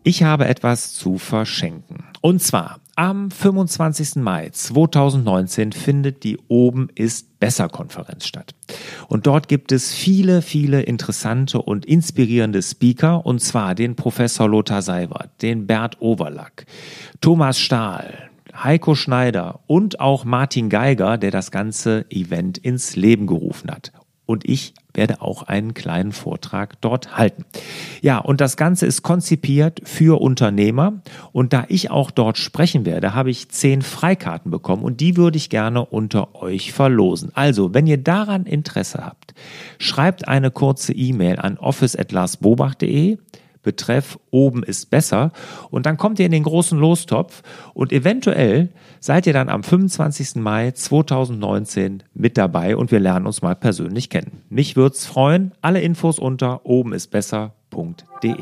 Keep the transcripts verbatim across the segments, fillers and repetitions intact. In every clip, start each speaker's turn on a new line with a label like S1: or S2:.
S1: Ich habe etwas zu verschenken. Und zwar am fünfundzwanzigsten Mai zweitausendneunzehn findet die Oben ist besser Konferenz statt. Und dort gibt es viele, viele interessante und inspirierende Speaker, und zwar den Professor Lothar Seiwert, den Bert Overlack, Thomas Stahl, Heiko Schneider und auch Martin Geiger, der das ganze Event ins Leben gerufen hat. Und ich werde auch einen kleinen Vortrag dort halten. Ja, und das Ganze ist konzipiert für Unternehmer. Und da ich auch dort sprechen werde, habe ich zehn Freikarten bekommen und die würde ich gerne unter euch verlosen. Also, wenn ihr daran Interesse habt, schreibt eine kurze E-Mail an office at lars bobach punkt de. Betreff Oben ist besser, und dann kommt ihr in den großen Lostopf und eventuell seid ihr dann am fünfundzwanzigsten Mai zweitausendneunzehn mit dabei und wir lernen uns mal persönlich kennen. Mich würde es freuen. Alle Infos unter obenistbesser punkt de.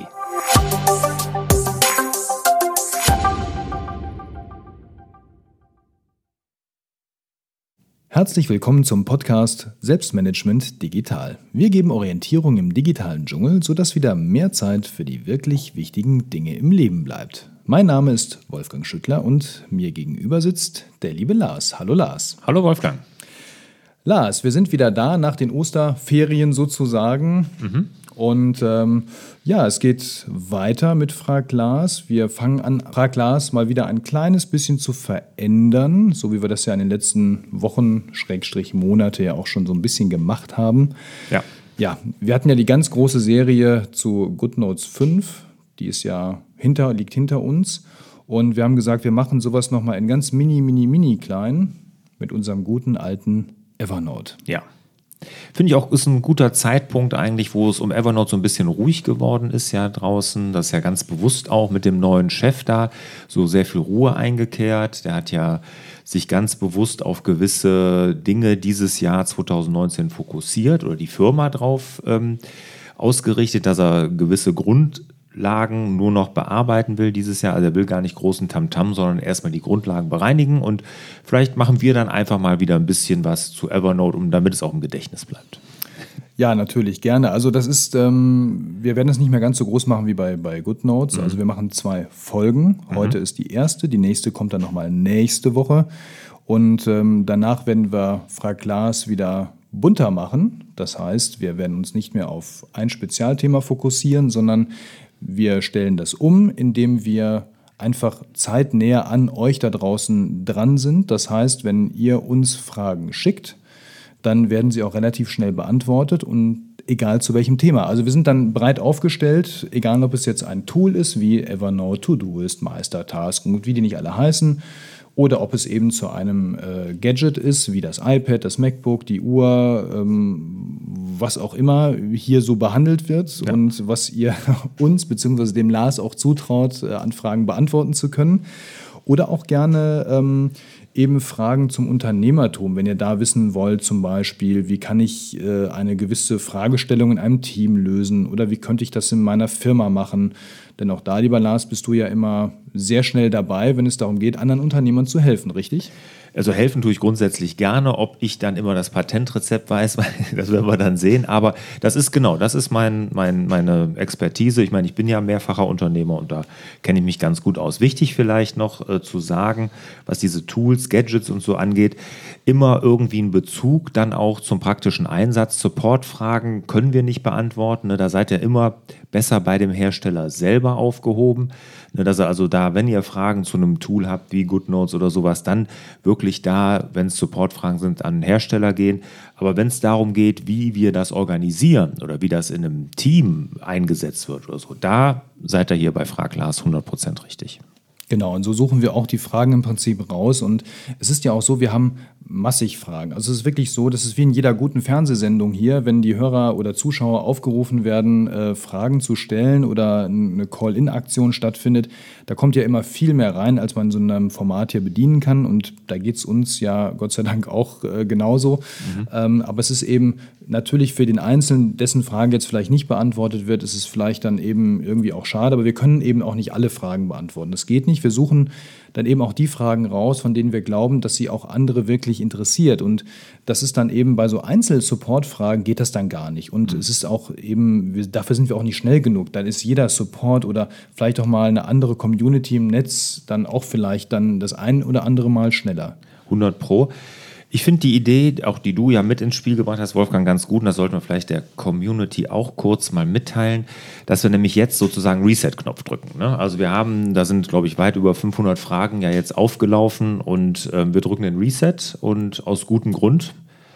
S2: Herzlich willkommen zum Podcast Selbstmanagement Digital. Wir geben Orientierung im digitalen Dschungel, sodass wieder mehr Zeit für die wirklich wichtigen Dinge im Leben bleibt. Mein Name ist Wolfgang Schüttler und mir gegenüber sitzt der liebe Lars. Hallo Lars.
S1: Hallo Wolfgang.
S2: Lars, wir sind wieder da nach den Osterferien sozusagen. Mhm. Und ähm, ja, es geht weiter mit Frag Lars. Wir fangen an, Frag Lars mal wieder ein kleines bisschen zu verändern, so wie wir das ja in den letzten Wochen, Schrägstrich Monate ja auch schon so ein bisschen gemacht haben.
S1: Ja.
S2: Ja, wir hatten ja die ganz große Serie zu GoodNotes fünf, die ist ja hinter, liegt hinter uns. Und wir haben gesagt, wir machen sowas nochmal in ganz mini, mini, mini klein mit unserem guten alten Evernote.
S1: Ja. Finde ich auch, ist ein guter Zeitpunkt eigentlich, wo es um Evernote so ein bisschen ruhig geworden ist ja draußen. Das ist ja ganz bewusst auch mit dem neuen Chef da so sehr viel Ruhe eingekehrt. Der hat ja sich ganz bewusst auf gewisse Dinge dieses Jahr zweitausendneunzehn fokussiert oder die Firma drauf ähm, ausgerichtet, dass er gewisse Grundlagen nur noch bearbeiten will dieses Jahr. Also er will gar nicht großen Tamtam, sondern erstmal die Grundlagen bereinigen, und vielleicht machen wir dann einfach mal wieder ein bisschen was zu Evernote, um damit es auch im Gedächtnis bleibt.
S2: Ja, natürlich, gerne. Also das ist, ähm, wir werden es nicht mehr ganz so groß machen wie bei, bei GoodNotes. Mhm. Also wir machen zwei Folgen. Heute mhm. ist die erste, die nächste kommt dann nochmal nächste Woche. Und ähm, danach werden wir Frag Lars wieder bunter machen. Das heißt, wir werden uns nicht mehr auf ein Spezialthema fokussieren, sondern wir stellen das um, indem wir einfach zeitnäher an euch da draußen dran sind. Das heißt, wenn ihr uns Fragen schickt, dann werden sie auch relativ schnell beantwortet, und egal zu welchem Thema. Also wir sind dann breit aufgestellt, egal ob es jetzt ein Tool ist wie Evernote, Todoist, Meistertask und wie die nicht alle heißen, oder ob es eben zu einem äh, Gadget ist, wie das iPad, das MacBook, die Uhr, ähm, was auch immer hier so behandelt wird, ja, und was ihr uns bzw. dem Lars auch zutraut, äh, an Fragen beantworten zu können. Oder auch gerne ähm, eben Fragen zum Unternehmertum, wenn ihr da wissen wollt, zum Beispiel, wie kann ich äh, eine gewisse Fragestellung in einem Team lösen oder wie könnte ich das in meiner Firma machen. Denn auch da, lieber Lars, bist du ja immer sehr schnell dabei, wenn es darum geht, anderen Unternehmern zu helfen, richtig?
S1: Also helfen tue ich grundsätzlich gerne. Ob ich dann immer das Patentrezept weiß, das werden wir dann sehen. Aber das ist genau, das ist mein, mein, meine Expertise. Ich meine, ich bin ja mehrfacher Unternehmer und da kenne ich mich ganz gut aus. Wichtig vielleicht noch äh, zu sagen, was diese Tools, Gadgets und so angeht, immer irgendwie einen Bezug dann auch zum praktischen Einsatz. Supportfragen können wir nicht beantworten. Ne? Da seid ihr immer besser bei dem Hersteller selber aufgehoben. Ne? Dass ihr also da, wenn ihr Fragen zu einem Tool habt wie GoodNotes oder sowas, dann wirklich da, wenn es Supportfragen sind, an den Hersteller gehen. Aber wenn es darum geht, wie wir das organisieren oder wie das in einem Team eingesetzt wird oder so, da seid ihr hier bei Frag Lars hundert Prozent richtig.
S2: Genau, und so suchen wir auch die Fragen im Prinzip raus. Und es ist ja auch so, wir haben massig Fragen. Also es ist wirklich so, das ist wie in jeder guten Fernsehsendung hier, wenn die Hörer oder Zuschauer aufgerufen werden, äh, Fragen zu stellen oder eine Call-in-Aktion stattfindet, da kommt ja immer viel mehr rein, als man in so einem Format hier bedienen kann. Und da geht es uns ja Gott sei Dank auch äh, genauso. Mhm. Ähm, aber es ist eben natürlich für den Einzelnen, dessen Frage jetzt vielleicht nicht beantwortet wird, ist es vielleicht dann eben irgendwie auch schade. Aber wir können eben auch nicht alle Fragen beantworten. Das geht nicht. nicht. Wir suchen dann eben auch die Fragen raus, von denen wir glauben, dass sie auch andere wirklich interessiert. Und das ist dann eben bei so Einzel-Support-Fragen geht das dann gar nicht. Und mhm. es ist auch eben, wir, dafür sind wir auch nicht schnell genug. Dann ist jeder Support oder vielleicht auch mal eine andere Community im Netz dann auch vielleicht dann das ein oder andere Mal schneller.
S1: hundert Pro. Ich finde die Idee, auch die du ja mit ins Spiel gebracht hast, Wolfgang, ganz gut. Und das sollten wir vielleicht der Community auch kurz mal mitteilen, dass wir nämlich jetzt sozusagen Reset-Knopf drücken. Ne? Also wir haben, da sind, glaube ich, weit über fünfhundert Fragen ja jetzt aufgelaufen und äh, wir drücken den Reset und aus gutem Grund.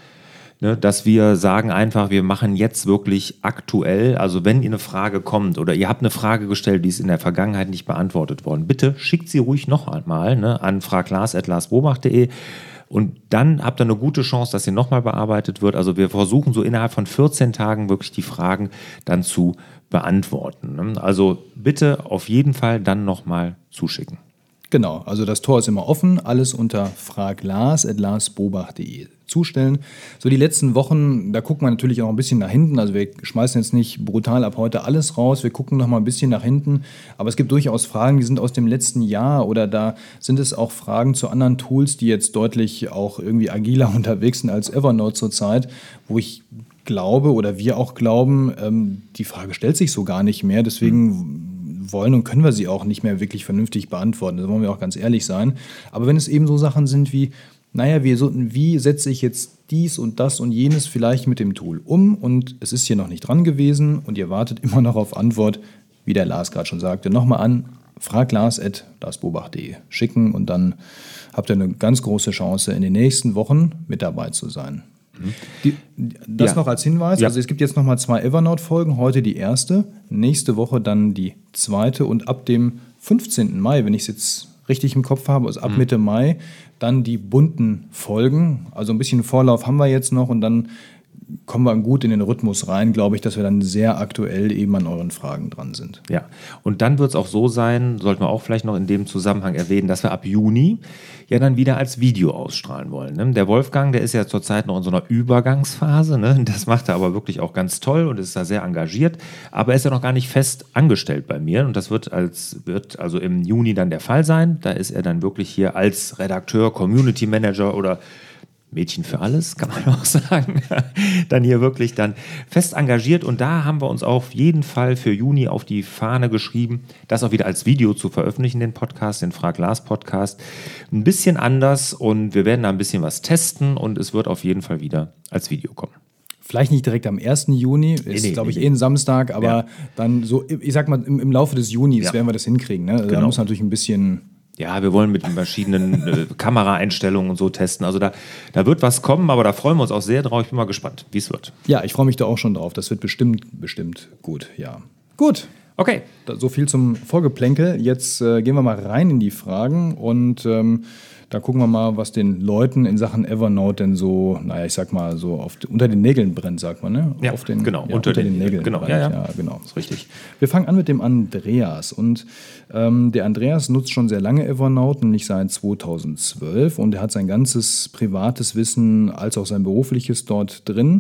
S1: Ne, dass wir sagen einfach, wir machen jetzt wirklich aktuell, also wenn ihr eine Frage kommt oder ihr habt eine Frage gestellt, die ist in der Vergangenheit nicht beantwortet worden, bitte schickt sie ruhig noch einmal ne, an fraglas at lars bobach punkt de und dann habt ihr eine gute Chance, dass sie nochmal bearbeitet wird. Also wir versuchen so innerhalb von vierzehn Tagen wirklich die Fragen dann zu beantworten. Ne? Also bitte auf jeden Fall dann nochmal zuschicken.
S2: Genau, also das Tor ist immer offen, alles unter fraglas at lars bobach punkt de zustellen. So die letzten Wochen, da gucken wir natürlich auch ein bisschen nach hinten, also wir schmeißen jetzt nicht brutal ab heute alles raus, wir gucken noch mal ein bisschen nach hinten, aber es gibt durchaus Fragen, die sind aus dem letzten Jahr oder da sind es auch Fragen zu anderen Tools, die jetzt deutlich auch irgendwie agiler unterwegs sind als Evernote zurzeit, wo ich glaube oder wir auch glauben, ähm, die Frage stellt sich so gar nicht mehr, deswegen mhm. wollen und können wir sie auch nicht mehr wirklich vernünftig beantworten. Da wollen wir auch ganz ehrlich sein. Aber wenn es eben so Sachen sind wie, naja, wie, so, wie setze ich jetzt dies und das und jenes vielleicht mit dem Tool um und es ist hier noch nicht dran gewesen und ihr wartet immer noch auf Antwort, wie der Lars gerade schon sagte, nochmal an fraglas at lars bobach punkt de schicken und dann habt ihr eine ganz große Chance, in den nächsten Wochen mit dabei zu sein. Die, das ja. noch als Hinweis, ja. Also es gibt jetzt nochmal zwei Evernote-Folgen, heute die erste, nächste Woche dann die zweite und ab dem fünfzehnten Mai, wenn ich es jetzt richtig im Kopf habe, also ab mhm. Mitte Mai, dann die bunten Folgen, also ein bisschen Vorlauf haben wir jetzt noch und dann kommen wir gut in den Rhythmus rein, glaube ich, dass wir dann sehr aktuell eben an euren Fragen dran sind.
S1: Ja, und dann wird es auch so sein, sollten wir auch vielleicht noch in dem Zusammenhang erwähnen, dass wir ab Juni ja dann wieder als Video ausstrahlen wollen. Ne? Der Wolfgang, der ist ja zurzeit noch in so einer Übergangsphase, ne? Das macht er aber wirklich auch ganz toll und ist da sehr engagiert, aber er ist ja noch gar nicht fest angestellt bei mir und das wird, als, wird also im Juni dann der Fall sein. Da ist er dann wirklich hier als Redakteur, Community Manager oder Mädchen für alles, kann man auch sagen, dann hier wirklich dann fest engagiert und da haben wir uns auf jeden Fall für Juni auf die Fahne geschrieben, das auch wieder als Video zu veröffentlichen, den Podcast, den Frag-Lars-Podcast. Ein bisschen anders und wir werden da ein bisschen was testen und es wird auf jeden Fall wieder als Video kommen.
S2: Vielleicht nicht direkt am ersten Juni, ist, nee, nee, glaube ich, nee, eh ein Samstag, aber ja. dann so, ich sag mal, im, im Laufe des Junis ja. werden wir das hinkriegen. Ne? Also genau. Da muss natürlich ein bisschen...
S1: Ja, wir wollen mit verschiedenen äh, Kameraeinstellungen und so testen. Also da, da wird was kommen, aber da freuen wir uns auch sehr drauf. Ich bin mal gespannt, wie es wird.
S2: Ja, ich freue mich da auch schon drauf. Das wird bestimmt, bestimmt gut, ja. Gut.
S1: Okay.
S2: Da, so viel zum Vorgeplänkel. Jetzt äh, gehen wir mal rein in die Fragen und ähm, da gucken wir mal, was den Leuten in Sachen Evernote denn so, naja, ich sag mal, so auf, unter den Nägeln brennt, sagt man, ne?
S1: Ja,
S2: auf den,
S1: genau,
S2: ja, unter, unter den, den Nägeln.
S1: Genau,
S2: brennt.
S1: ja, ja.
S2: ja, genau, ist richtig. Wir fangen an mit dem Andreas und ähm, der Andreas nutzt schon sehr lange Evernote, nämlich seit zweitausendzwölf und er hat sein ganzes privates Wissen als auch sein berufliches dort drin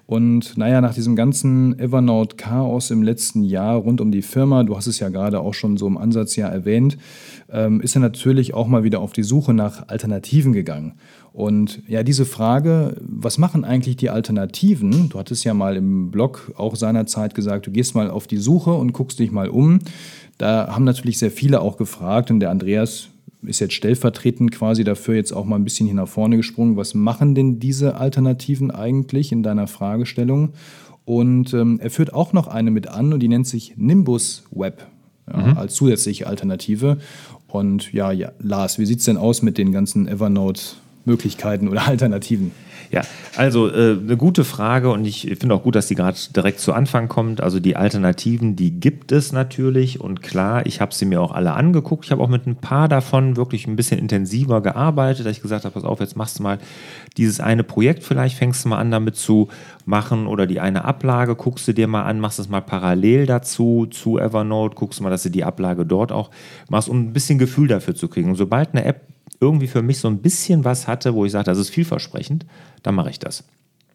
S2: und naja, nach diesem ganzen Evernote-Chaos im letzten Jahr rund um die Firma, du hast es ja gerade auch schon so im Ansatz ja erwähnt, ähm, ist er natürlich auch mal wieder auf die Suche nach Alternativen gegangen. Und ja, diese Frage, was machen eigentlich die Alternativen? Du hattest ja mal im Blog auch seinerzeit gesagt, du gehst mal auf die Suche und guckst dich mal um. Da haben natürlich sehr viele auch gefragt und der Andreas ist jetzt stellvertretend quasi dafür jetzt auch mal ein bisschen hier nach vorne gesprungen. Was machen denn diese Alternativen eigentlich in deiner Fragestellung? Und ähm, er führt auch noch eine mit an und die nennt sich Nimbus Web ja, mhm. als zusätzliche Alternative. Und ja, ja, Lars, wie sieht es denn aus mit den ganzen Evernote-Möglichkeiten oder Alternativen?
S1: Ja, also äh, eine gute Frage und ich finde auch gut, dass die gerade direkt zu Anfang kommt. Also die Alternativen, die gibt es natürlich und klar, ich habe sie mir auch alle angeguckt. Ich habe auch mit ein paar davon wirklich ein bisschen intensiver gearbeitet, dass ich gesagt habe, pass auf, jetzt machst du mal dieses eine Projekt, vielleicht fängst du mal an damit zu machen oder die eine Ablage, guckst du dir mal an, machst es mal parallel dazu, zu Evernote, guckst mal, dass du die Ablage dort auch machst, um ein bisschen Gefühl dafür zu kriegen. Und sobald eine App irgendwie für mich so ein bisschen was hatte, wo ich sage, das ist vielversprechend, dann mache ich das.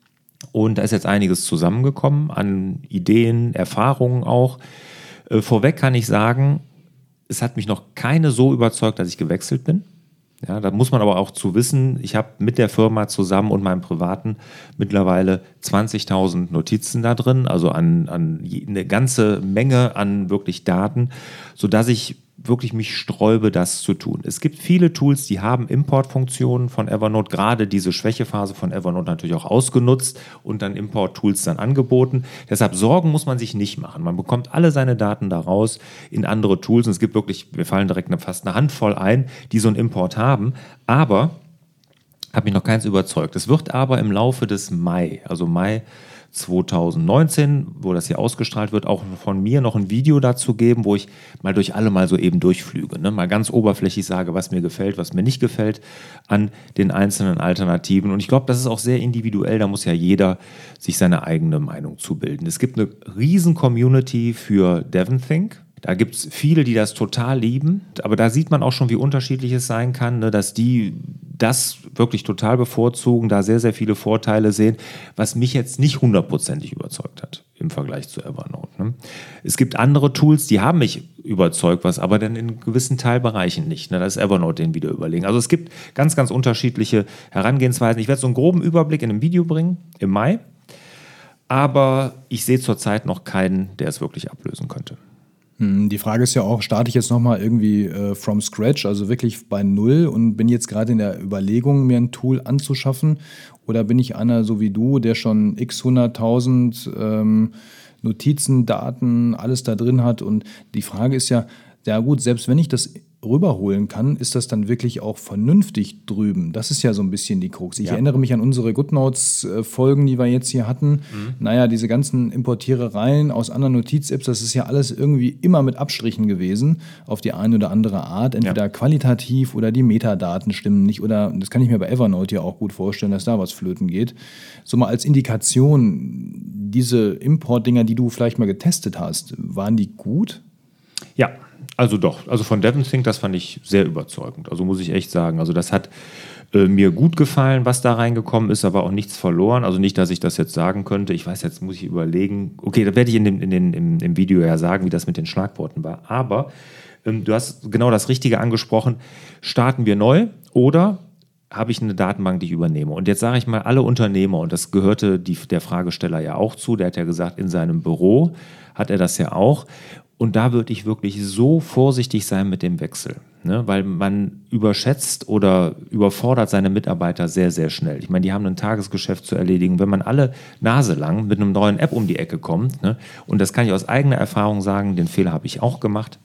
S1: Und da ist jetzt einiges zusammengekommen an Ideen, Erfahrungen auch. Äh, vorweg kann ich sagen, es hat mich noch keine so überzeugt, dass ich gewechselt bin. Ja, da muss man aber auch zu wissen, ich habe mit der Firma zusammen und meinem Privaten mittlerweile zwanzigtausend Notizen da drin, also an, an eine ganze Menge an wirklich Daten, sodass ich wirklich mich sträube, das zu tun. Es gibt viele Tools, die haben Importfunktionen von Evernote, gerade diese Schwächephase von Evernote natürlich auch ausgenutzt und dann Import-Tools dann angeboten. Deshalb Sorgen muss man sich nicht machen. Man bekommt alle seine Daten da raus in andere Tools und es gibt wirklich, mir fallen direkt eine, fast eine Handvoll ein, die so einen Import haben, aber hat mich noch keins überzeugt. Es wird aber im Laufe des Mai, also Mai zweitausendneunzehn, wo das hier ausgestrahlt wird, auch von mir noch ein Video dazu geben, wo ich mal durch alle mal so eben durchflüge. Ne? Mal ganz oberflächlich sage, was mir gefällt, was mir nicht gefällt an den einzelnen Alternativen. Und ich glaube, das ist auch sehr individuell. Da muss ja jeder sich seine eigene Meinung zubilden. Es gibt eine riesen Community für DevonThink. Da gibt es viele, die das total lieben, aber da sieht man auch schon, wie unterschiedlich es sein kann, ne, dass die das wirklich total bevorzugen, da sehr, sehr viele Vorteile sehen, was mich jetzt nicht hundertprozentig überzeugt hat im Vergleich zu Evernote. Ne. Es gibt andere Tools, die haben mich überzeugt, was aber dann in gewissen Teilbereichen nicht. Ne. Da ist Evernote denen wieder überlegen. Also es gibt ganz, ganz unterschiedliche Herangehensweisen. Ich werde so einen groben Überblick in einem Video bringen im Mai, aber ich sehe zurzeit noch keinen, der es wirklich ablösen könnte.
S2: Die Frage ist ja auch, starte ich jetzt nochmal irgendwie äh, from scratch, also wirklich bei Null und bin jetzt gerade in der Überlegung, mir ein Tool anzuschaffen, oder bin ich einer so wie du, der schon x hunderttausend ähm, Notizen, Daten, alles da drin hat, und die Frage ist ja, ja gut, selbst wenn ich das rüberholen kann, ist das dann wirklich auch vernünftig drüben? Das ist ja so ein bisschen die Krux. Ich ja. erinnere mich an unsere GoodNotes-Folgen, die wir jetzt hier hatten. Mhm. Naja, diese ganzen Importierereien aus anderen Notiz-Apps, das ist ja alles irgendwie immer mit Abstrichen gewesen, auf die eine oder andere Art. Entweder ja. qualitativ oder die Metadaten stimmen nicht. Oder, das kann ich mir bei Evernote ja auch gut vorstellen, dass da was flöten geht. So mal als Indikation, diese Import-Dinger, die du vielleicht mal getestet hast, waren die gut?
S1: Ja, also doch. Also von DevonThink, das fand ich sehr überzeugend. Also muss ich echt sagen. Also das hat äh, mir gut gefallen, was da reingekommen ist, aber auch nichts verloren. Also nicht, dass ich das jetzt sagen könnte. Ich weiß, jetzt muss ich überlegen. Okay, da werde ich in dem, in den, im, im Video ja sagen, wie das mit den Schlagworten war. Aber ähm, du hast genau das Richtige angesprochen. Starten wir neu oder habe ich eine Datenbank, die ich übernehme? Und jetzt sage ich mal, alle Unternehmer, und das gehörte die, der Fragesteller ja auch zu, der hat ja gesagt, in seinem Büro hat er das ja auch. Und da würde ich wirklich so vorsichtig sein mit dem Wechsel, ne? Weil man überschätzt oder überfordert seine Mitarbeiter sehr, sehr schnell. Ich meine, die haben ein Tagesgeschäft zu erledigen. Wenn man alle Nase lang mit einem neuen App um die Ecke kommt, ne? Und das kann ich aus eigener Erfahrung sagen, den Fehler habe ich auch gemacht,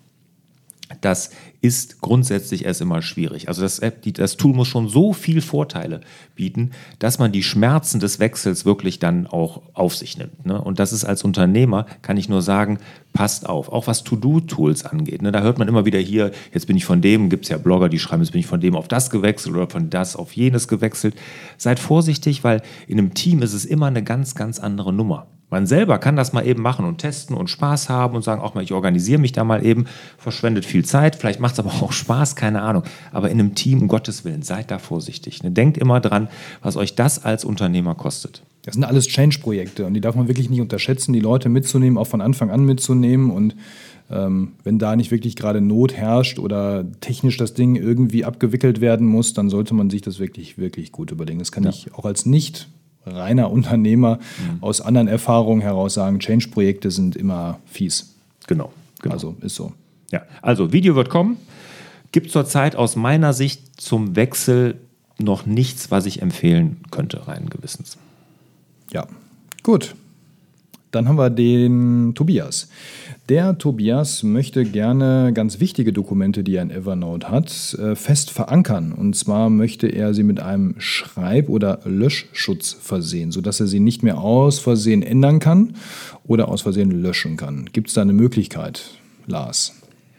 S1: das ist grundsätzlich erst immer schwierig. Also das, App, die, das Tool muss schon so viel Vorteile bieten, dass man die Schmerzen des Wechsels wirklich dann auch auf sich nimmt. Ne? Und das ist als Unternehmer, kann ich nur sagen, passt auf. Auch was To-Do-Tools angeht. Ne? Da hört man immer wieder hier, jetzt bin ich von dem, gibt es ja Blogger, die schreiben, jetzt bin ich von dem auf das gewechselt oder von das auf jenes gewechselt. Seid vorsichtig, weil in einem Team ist es immer eine ganz, ganz andere Nummer. Man selber kann das mal eben machen und testen und Spaß haben und sagen, auch mal, ich organisiere mich da mal eben, verschwendet viel Zeit, vielleicht macht es aber auch Spaß, keine Ahnung. Aber in einem Team, um Gottes Willen, seid da vorsichtig. Ne? Denkt immer dran, was euch das als Unternehmer kostet.
S2: Das sind alles Change-Projekte und die darf man wirklich nicht unterschätzen, die Leute mitzunehmen, auch von Anfang an mitzunehmen, und ähm, wenn da nicht wirklich gerade Not herrscht oder technisch das Ding irgendwie abgewickelt werden muss, dann sollte man sich das wirklich, wirklich gut überlegen. Das kann ja. ich auch als nicht reiner Unternehmer mhm. aus anderen Erfahrungen heraus sagen, Change-Projekte sind immer fies.
S1: Genau, genau.
S2: Also ist so.
S1: Ja, also Video wird kommen. Gibt zurzeit aus meiner Sicht zum Wechsel noch nichts, was ich empfehlen könnte, rein gewissens.
S2: Ja, gut. Dann haben wir den Tobias. Der Tobias möchte gerne ganz wichtige Dokumente, die er in Evernote hat, fest verankern. Und zwar möchte er sie mit einem Schreib- oder Löschschutz versehen, sodass er sie nicht mehr aus Versehen ändern kann oder aus Versehen löschen kann. Gibt es da eine Möglichkeit, Lars?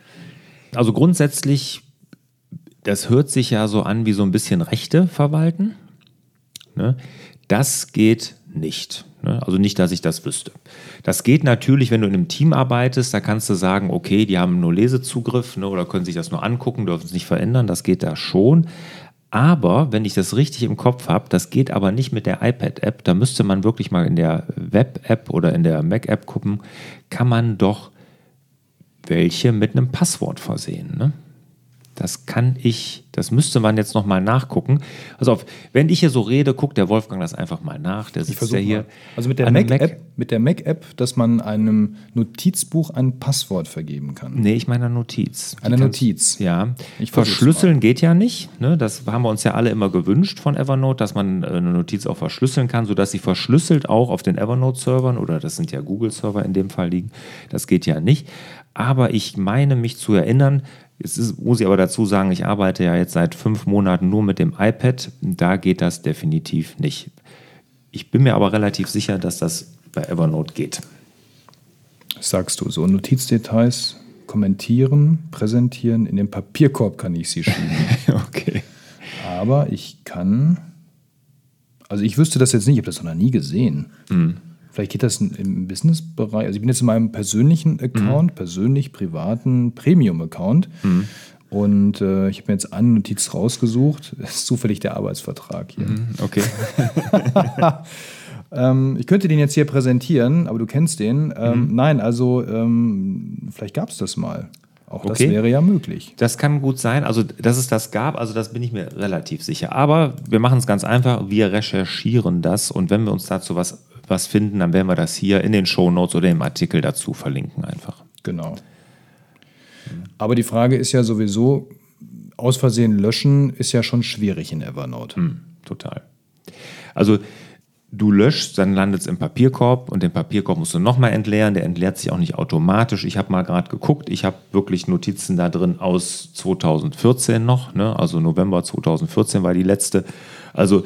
S1: Also grundsätzlich, das hört sich ja so an wie so ein bisschen Rechte verwalten. Ne? Das geht nicht. Also nicht, dass ich das wüsste. Das geht natürlich, wenn du in einem Team arbeitest, da kannst du sagen, okay, die haben nur Lesezugriff, ne, oder können sich das nur angucken, dürfen es nicht verändern, das geht da schon. Aber, wenn ich das richtig im Kopf habe, das geht aber nicht mit der iPad-App, da müsste man wirklich mal in der Web-App oder in der Mac-App gucken, kann man doch welche mit einem Passwort versehen. Ne? Das kann ich, das müsste man jetzt nochmal nachgucken. Also auf, wenn ich hier so rede, guckt der Wolfgang das einfach mal nach. Der sitzt ja hier.
S2: Mal. Also mit der Mac-App, Mac mit der Mac-App, dass man einem Notizbuch ein Passwort vergeben kann.
S1: Nee, ich meine eine Notiz.
S2: Eine
S1: Die
S2: Notiz.
S1: Kannst, ja. Ich Verschlüsseln geht ja nicht. Ne? Das haben wir uns ja alle immer gewünscht von Evernote, dass man eine Notiz auch verschlüsseln kann, sodass sie verschlüsselt auch auf den Evernote-Servern, oder das sind ja Google-Server in dem Fall liegen. Das geht ja nicht. Aber ich meine mich zu erinnern, jetzt ist, muss ich aber dazu sagen, ich arbeite ja jetzt seit fünf Monaten nur mit dem iPad. Da geht das definitiv nicht. Ich bin mir aber relativ sicher, dass das bei Evernote geht.
S2: Sagst du so, Notizdetails kommentieren, präsentieren, in den Papierkorb kann ich sie schieben.
S1: Okay.
S2: Aber ich kann, also ich wüsste das jetzt nicht, ich habe das noch nie gesehen. Mhm. Vielleicht geht das im Business-Bereich. Also ich bin jetzt in meinem persönlichen Account, mhm. persönlich privaten Premium-Account. Mhm. Und äh, ich habe mir jetzt eine Notiz rausgesucht. Das ist zufällig der Arbeitsvertrag hier.
S1: Mhm. Okay.
S2: ähm, ich könnte den jetzt hier präsentieren, aber du kennst den. Ähm, mhm. Nein, also ähm, vielleicht gab es das mal. Auch das okay. wäre ja möglich.
S1: Das kann gut sein. Also, dass es das gab, also das bin ich mir relativ sicher. Aber wir machen es ganz einfach. Wir recherchieren das. Und wenn wir uns dazu was was finden, dann werden wir das hier in den Shownotes oder im Artikel dazu verlinken einfach.
S2: Genau. Aber die Frage ist ja sowieso, aus Versehen löschen ist ja schon schwierig in Evernote.
S1: Hm, total. Also du löschst, dann landet es im Papierkorb und den Papierkorb musst du nochmal entleeren. Der entleert sich auch nicht automatisch. Ich habe mal gerade geguckt, ich habe wirklich Notizen da drin aus zweitausendvierzehn noch, ne? Also November zweitausendvierzehn war die letzte. Also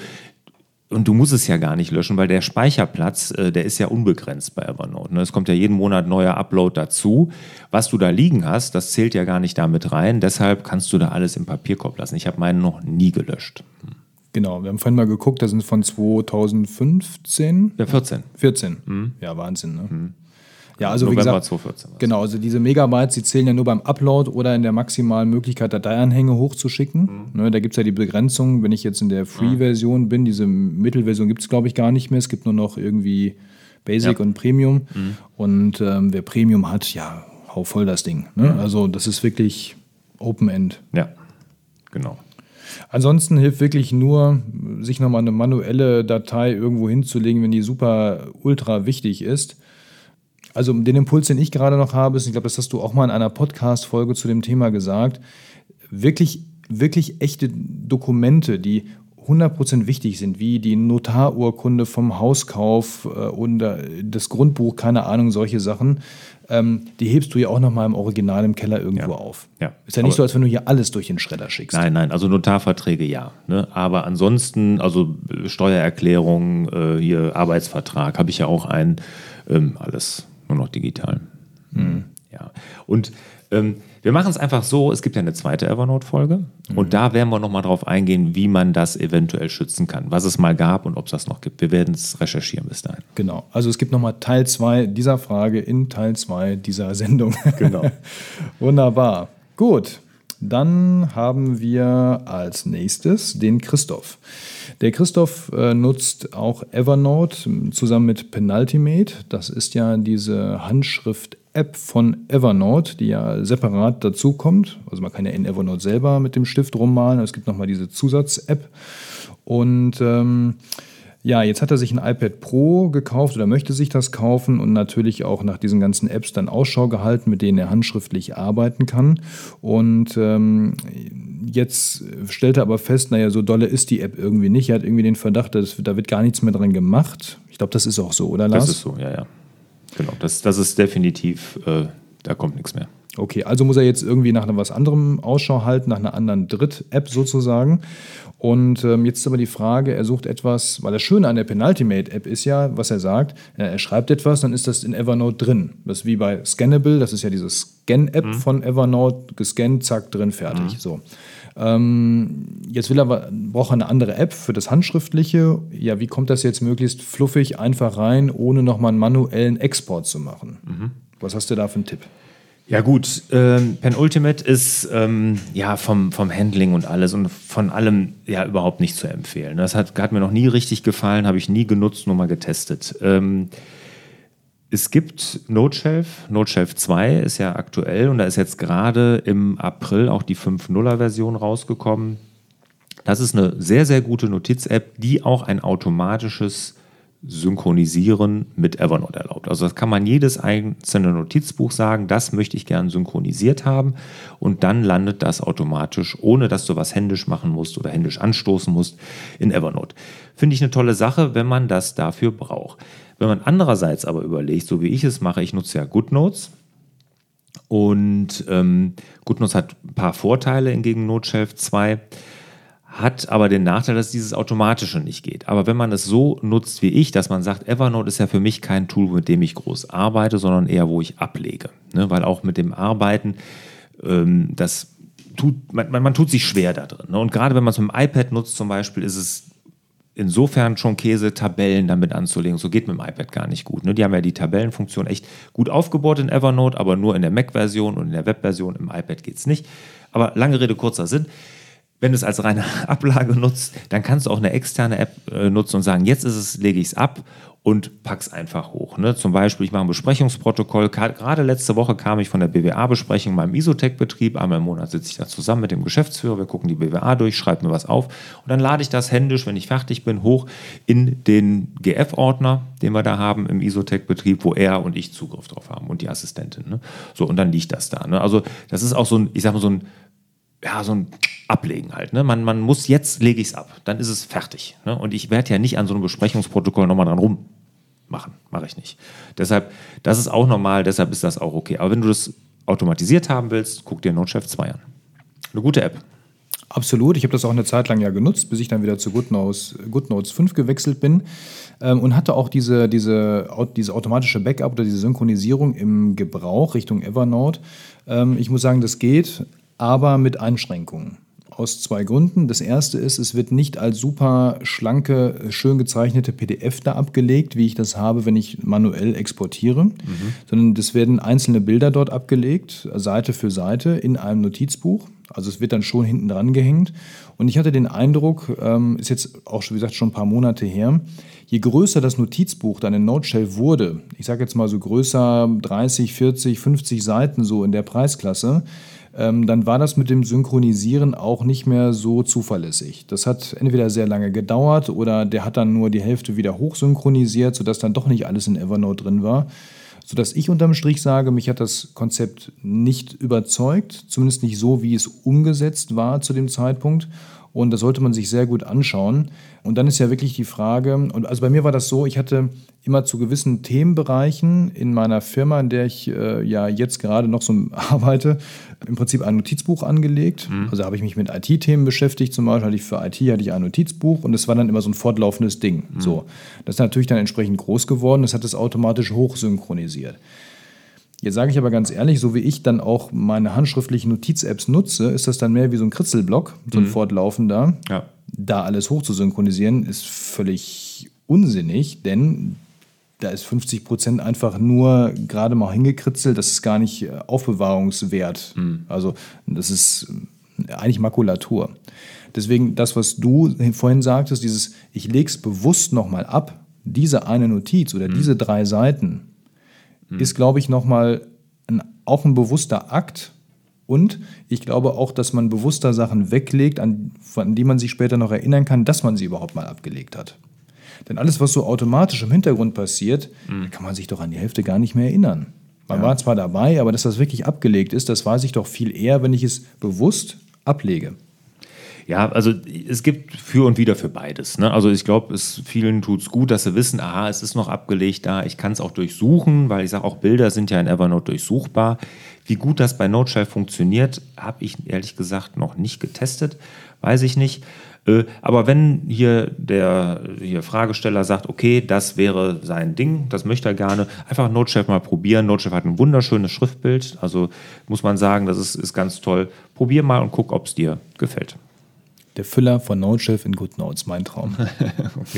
S1: und du musst es ja gar nicht löschen, weil der Speicherplatz, äh, der ist ja unbegrenzt bei Evernote. Ne? Es kommt ja jeden Monat neuer Upload dazu. Was du da liegen hast, das zählt ja gar nicht damit rein. Deshalb kannst du da alles im Papierkorb lassen. Ich habe meinen noch nie gelöscht.
S2: Genau, wir haben vorhin mal geguckt, das sind von zweitausendfünfzehn.
S1: Ja, vierzehn.
S2: vierzehn.
S1: Mhm.
S2: Ja, Wahnsinn, ne?
S1: Mhm.
S2: Ja, also
S1: November
S2: wie gesagt,
S1: zweitausendvierzehn.
S2: Genau, also diese Megabytes, die zählen ja nur beim Upload oder in der maximalen Möglichkeit, Dateianhänge hochzuschicken. Mhm. Ne, da gibt es ja die Begrenzung, wenn ich jetzt in der Free-Version bin, diese Mittelversion gibt es, glaube ich, gar nicht mehr. Es gibt nur noch irgendwie Basic ja. und Premium. Mhm. Und ähm, wer Premium hat, ja, hau voll das Ding. Ne? Mhm. Also das ist wirklich Open-End.
S1: Ja, genau.
S2: Ansonsten hilft wirklich nur, sich nochmal eine manuelle Datei irgendwo hinzulegen, wenn die super ultra wichtig ist. Also den Impuls, den ich gerade noch habe, ist, ich glaube, das hast du auch mal in einer Podcast-Folge zu dem Thema gesagt, wirklich, wirklich echte Dokumente, die hundert Prozent wichtig sind, wie die Notarurkunde vom Hauskauf äh, und äh, das Grundbuch, keine Ahnung, solche Sachen, ähm, die hebst du ja auch noch mal im Original im Keller irgendwo
S1: ja.
S2: auf.
S1: Ja.
S2: Ist ja nicht Aber so, als wenn du hier alles durch den Schredder schickst.
S1: Nein, nein, also Notarverträge ja. Ne? Aber ansonsten, also Steuererklärung, äh, hier Arbeitsvertrag, habe ich ja auch einen, ähm, alles nur noch digital. Mhm. Ja. Und ähm, wir machen es einfach so, es gibt ja eine zweite Evernote-Folge mhm. und da werden wir nochmal drauf eingehen, wie man das eventuell schützen kann, was es mal gab und ob es das noch gibt. Wir werden es recherchieren bis dahin.
S2: Genau, also es gibt nochmal Teil zwei dieser Frage in Teil zwei dieser Sendung.
S1: Genau.
S2: Wunderbar. Gut, dann haben wir als nächstes den Christoph. Der Christoph äh, nutzt auch Evernote zusammen mit Penultimate. Das ist ja diese Handschrift-App von Evernote, die ja separat dazukommt. Also man kann ja in Evernote selber mit dem Stift rummalen. Es gibt nochmal diese Zusatz-App. Und ähm, ja, jetzt hat er sich ein iPad Pro gekauft oder möchte sich das kaufen und natürlich auch nach diesen ganzen Apps dann Ausschau gehalten, mit denen er handschriftlich arbeiten kann. Und ähm, jetzt stellt er aber fest, naja, so dolle ist die App irgendwie nicht. Er hat irgendwie den Verdacht, dass, da wird gar nichts mehr dran gemacht. Ich glaube, das ist auch so, oder Lars?
S1: Das ist so, ja, ja. Genau, das, das ist definitiv, äh, da kommt nichts mehr.
S2: Okay, also muss er jetzt irgendwie nach was anderem Ausschau halten, nach einer anderen Dritt-App sozusagen. Und ähm, jetzt ist aber die Frage, er sucht etwas, weil das Schöne an der Penultimate-App ist ja, was er sagt, er schreibt etwas, dann ist das in Evernote drin. Das ist wie bei Scannable, das ist ja diese Scan-App mhm. von Evernote, gescannt, zack, drin, fertig. Mhm. So. Ähm, jetzt will er, braucht er eine andere App für das Handschriftliche. Ja, wie kommt das jetzt möglichst fluffig einfach rein, ohne nochmal einen manuellen Export zu machen? Mhm. Was hast du da für einen Tipp?
S1: Ja gut, ähm, Penultimate ist ähm, ja vom, vom Handling und alles und von allem ja überhaupt nicht zu empfehlen. Das hat, hat mir noch nie richtig gefallen, habe ich nie genutzt, nur mal getestet. Ähm, Es gibt NoteShelf. NoteShelf zwei ist ja aktuell und da ist jetzt gerade im April auch die fünf Punkt null-Version rausgekommen. Das ist eine sehr, sehr gute Notiz-App, die auch ein automatisches Synchronisieren mit Evernote erlaubt. Also das kann man jedes einzelne Notizbuch sagen, das möchte ich gern synchronisiert haben und dann landet das automatisch, ohne dass du was händisch machen musst oder händisch anstoßen musst, in Evernote. Finde ich eine tolle Sache, wenn man das dafür braucht. Wenn man andererseits aber überlegt, so wie ich es mache, ich nutze ja GoodNotes und ähm, GoodNotes hat ein paar Vorteile hingegen NoteShelf zwei, hat aber den Nachteil, dass dieses Automatische nicht geht. Aber wenn man es so nutzt wie ich, dass man sagt, Evernote ist ja für mich kein Tool, mit dem ich groß arbeite, sondern eher, wo ich ablege. Ne? Weil auch mit dem Arbeiten, ähm, das tut, man, man, man tut sich schwer da drin. Ne? Und gerade wenn man es mit dem iPad nutzt zum Beispiel, ist es insofern schon Käse, Tabellen damit anzulegen. So geht mit dem iPad gar nicht gut. Ne? Die haben ja die Tabellenfunktion echt gut aufgebaut in Evernote, aber nur in der Mac-Version und in der Web-Version. Im iPad geht es nicht. Aber lange Rede, kurzer Sinn. Wenn du es als reine Ablage nutzt, dann kannst du auch eine externe App äh, nutzen und sagen, jetzt ist es, lege ich es ab und pack's einfach hoch. Ne? Zum Beispiel, ich mache ein Besprechungsprotokoll. Gerade letzte Woche kam ich von der B W A-Besprechung in meinem Isotech-Betrieb. Einmal im Monat sitze ich da zusammen mit dem Geschäftsführer. Wir gucken die B W A durch, schreibe mir was auf. Und dann lade ich das händisch, wenn ich fertig bin, hoch in den G F-Ordner, den wir da haben im Isotech-Betrieb, wo er und ich Zugriff drauf haben und die Assistentin. Ne? So, und dann liegt das da. Ne? Also das ist auch so ein, ich sag mal so ein, ja, so ein Ablegen halt. Ne? Man, man muss jetzt, lege ich es ab, dann ist es fertig. Ne? Und ich werde ja nicht an so einem Besprechungsprotokoll nochmal dran rummachen. Mache ich nicht. Deshalb, das ist auch normal, deshalb ist das auch okay. Aber wenn du das automatisiert haben willst, guck dir NoteShelf zwei an. Eine gute App.
S2: Absolut. Ich habe das auch eine Zeit lang ja genutzt, bis ich dann wieder zu GoodNotes, GoodNotes fünf gewechselt bin ähm, und hatte auch diese, diese, diese automatische Backup oder diese Synchronisierung im Gebrauch Richtung Evernote. Ähm, ich muss sagen, das geht, aber mit Einschränkungen. Aus zwei Gründen. Das erste ist, es wird nicht als super schlanke, schön gezeichnete P D F da abgelegt, wie ich das habe, wenn ich manuell exportiere, mhm. sondern es werden einzelne Bilder dort abgelegt, Seite für Seite in einem Notizbuch. Also es wird dann schon hinten dran gehängt. Und ich hatte den Eindruck, ähm, ist jetzt auch, wie gesagt, schon ein paar Monate her, je größer das Notizbuch dann in NoteShelf wurde, ich sage jetzt mal so größer dreißig, vierzig, fünfzig Seiten so in der Preisklasse, Ähm, dann war das mit dem Synchronisieren auch nicht mehr so zuverlässig. Das hat entweder sehr lange gedauert oder der hat dann nur die Hälfte wieder hochsynchronisiert, sodass dann doch nicht alles in Evernote drin war. Sodass ich unterm Strich sage, mich hat das Konzept nicht überzeugt, zumindest nicht so, wie es umgesetzt war zu dem Zeitpunkt. Und das sollte man sich sehr gut anschauen. Und dann ist ja wirklich die Frage, und also bei mir war das so, ich hatte immer zu gewissen Themenbereichen in meiner Firma, in der ich äh, ja jetzt gerade noch so arbeite, im Prinzip ein Notizbuch angelegt. Mhm. Also habe ich mich mit I T-Themen beschäftigt, zum Beispiel hatte ich für I T hatte ich ein Notizbuch und es war dann immer so ein fortlaufendes Ding. Mhm. So, das ist natürlich dann entsprechend groß geworden, das hat es automatisch hochsynchronisiert. Jetzt sage ich aber ganz ehrlich, so wie ich dann auch meine handschriftlichen Notiz-Apps nutze, ist das dann mehr wie so ein Kritzelblock, so ein mhm. fortlaufender. Ja. Da alles hoch zu synchronisieren, ist völlig unsinnig, denn da ist fünfzig Prozent einfach nur gerade mal hingekritzelt, das ist gar nicht aufbewahrungswert. Mhm. Also das ist eigentlich Makulatur. Deswegen das, was du vorhin sagtest, dieses, ich lege es bewusst nochmal ab, diese eine Notiz oder mhm. diese drei Seiten, ist, glaube ich, nochmal ein, auch ein bewusster Akt. Und ich glaube auch, dass man bewusster Sachen weglegt, an, an die man sich später noch erinnern kann, dass man sie überhaupt mal abgelegt hat. Denn alles, was so automatisch im Hintergrund passiert, mhm. kann man sich doch an die Hälfte gar nicht mehr erinnern. Man ja. war zwar dabei, aber dass das wirklich abgelegt ist, das weiß ich doch viel eher, wenn ich es bewusst ablege.
S1: Ja, also es gibt für und wider für beides. Ne? Also ich glaube, es vielen tut es gut, dass sie wissen, aha, es ist noch abgelegt da, ich kann es auch durchsuchen, weil ich sage, auch Bilder sind ja in Evernote durchsuchbar. Wie gut das bei NoteShelf funktioniert, habe ich ehrlich gesagt noch nicht getestet, weiß ich nicht. Äh, aber wenn hier der hier Fragesteller sagt, okay, das wäre sein Ding, das möchte er gerne, einfach NoteShelf mal probieren. NoteShelf hat ein wunderschönes Schriftbild, also muss man sagen, das ist, ist ganz toll. Probier mal und guck, ob es dir gefällt.
S2: Der Füller von NoteShelf in GoodNotes, mein Traum. Okay.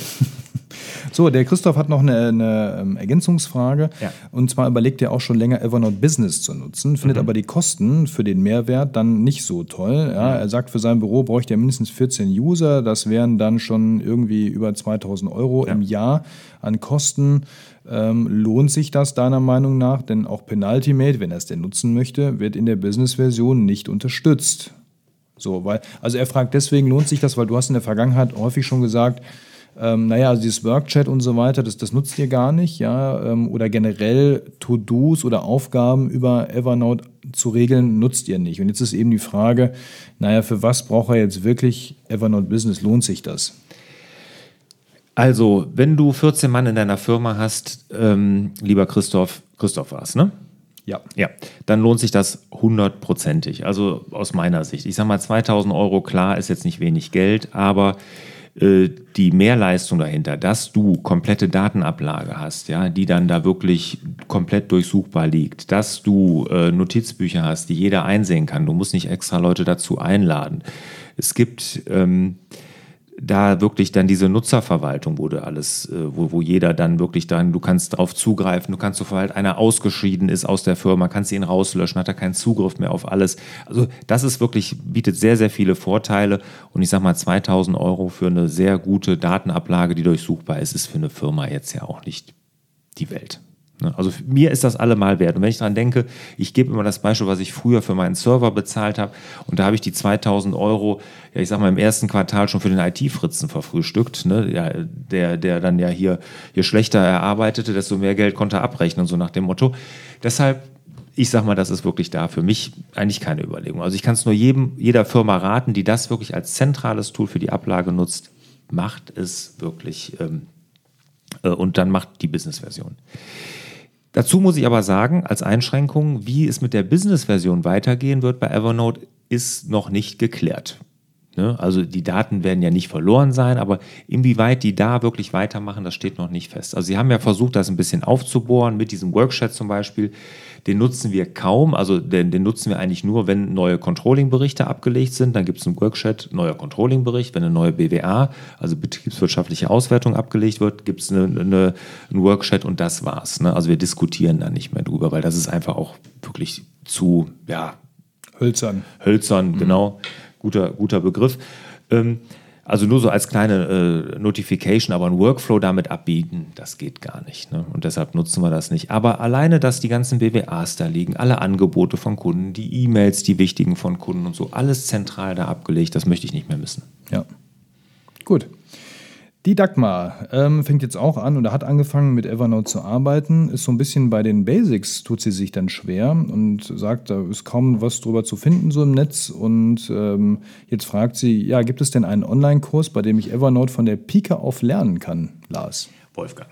S2: So, der Christoph hat noch eine, eine Ergänzungsfrage. Ja. Und zwar überlegt er auch schon länger, Evernote Business zu nutzen, findet mhm. aber die Kosten für den Mehrwert dann nicht so toll. Ja, mhm. Er sagt, für sein Büro bräuchte er mindestens vierzehn User. Das wären dann schon irgendwie über zweitausend Euro ja. im Jahr an Kosten. ähm, lohnt sich das deiner Meinung nach? Denn auch Penultimate, wenn er es denn nutzen möchte, wird in der Business-Version nicht unterstützt. So, weil, also er fragt deswegen, lohnt sich das, weil du hast in der Vergangenheit häufig schon gesagt, ähm, naja, also dieses Workchat und so weiter, das, das nutzt ihr gar nicht, ja, ähm, oder generell To-Dos oder Aufgaben über Evernote zu regeln, nutzt ihr nicht. Und jetzt ist eben die Frage, naja, für was braucht er jetzt wirklich Evernote Business? Lohnt sich das?
S1: Also, wenn du vierzehn Mann in deiner Firma hast, ähm, lieber Christoph, Christoph war es, ne?
S2: Ja.
S1: Ja, dann lohnt sich das hundertprozentig, also aus meiner Sicht. Ich sage mal, zweitausend Euro, klar, ist jetzt nicht wenig Geld, aber äh, die Mehrleistung dahinter, dass du komplette Datenablage hast, ja, die dann da wirklich komplett durchsuchbar liegt, dass du äh, Notizbücher hast, die jeder einsehen kann, du musst nicht extra Leute dazu einladen. Es gibt ähm, da wirklich dann diese Nutzerverwaltung, wo du alles, wo, wo jeder dann wirklich dann, du kannst darauf zugreifen, du kannst, sobald einer ausgeschieden ist aus der Firma, kannst du ihn rauslöschen, hat er keinen Zugriff mehr auf alles. Also das ist wirklich, bietet sehr, sehr viele Vorteile und ich sag mal, zweitausend Euro für eine sehr gute Datenablage, die durchsuchbar ist, ist für eine Firma jetzt ja auch nicht die Welt. Also mir ist das allemal wert. Und wenn ich daran denke, ich gebe immer das Beispiel, was ich früher für meinen Server bezahlt habe und da habe ich die zweitausend Euro, ja ich sag mal im ersten Quartal schon für den I T-Fritzen verfrühstückt, ne? Ja, der, der dann ja hier, hier schlechter erarbeitete, desto mehr Geld konnte er abrechnen, so nach dem Motto. Deshalb, ich sag mal, das ist wirklich da für mich eigentlich keine Überlegung. Also ich kann es nur jedem, jeder Firma raten, die das wirklich als zentrales Tool für die Ablage nutzt, macht es wirklich ähm, äh, und dann macht die Business-Version. Dazu muss ich aber sagen, als Einschränkung, wie es mit der Business-Version weitergehen wird bei Evernote, ist noch nicht geklärt. Ne? Also die Daten werden ja nicht verloren sein, aber inwieweit die da wirklich weitermachen, das steht noch nicht fest. Also sie haben ja versucht, das ein bisschen aufzubohren mit diesem Workchat zum Beispiel. Den nutzen wir kaum, also den, den nutzen wir eigentlich nur, wenn neue Controlling-Berichte abgelegt sind. Dann gibt es einen Workchat, neuer Controlling-Bericht. Wenn eine neue B W A, also betriebswirtschaftliche Auswertung, abgelegt wird, gibt es eine, eine, einen Workchat und das war's. Ne? Also wir diskutieren da nicht mehr drüber, weil das ist einfach auch wirklich zu, ja,
S2: hölzern.
S1: Hölzern, mhm. Genau. Guter, guter Begriff. Ähm, also nur so als kleine äh, Notification, aber ein Workflow damit abbieten, das geht gar nicht. Ne? Und deshalb nutzen wir das nicht. Aber alleine, dass die ganzen B W As da liegen, alle Angebote von Kunden, die E-Mails, die wichtigen von Kunden und so, alles zentral da abgelegt, das möchte ich nicht mehr missen.
S2: Ja, gut. Die Dagmar ähm, fängt jetzt auch an oder hat angefangen mit Evernote zu arbeiten, ist so ein bisschen bei den Basics, tut sie sich dann schwer und sagt, da ist kaum was drüber zu finden so im Netz und ähm, jetzt fragt sie, ja, gibt es denn einen Online-Kurs, bei dem ich Evernote von der Pike auf lernen kann, Lars?
S1: Wolfgang.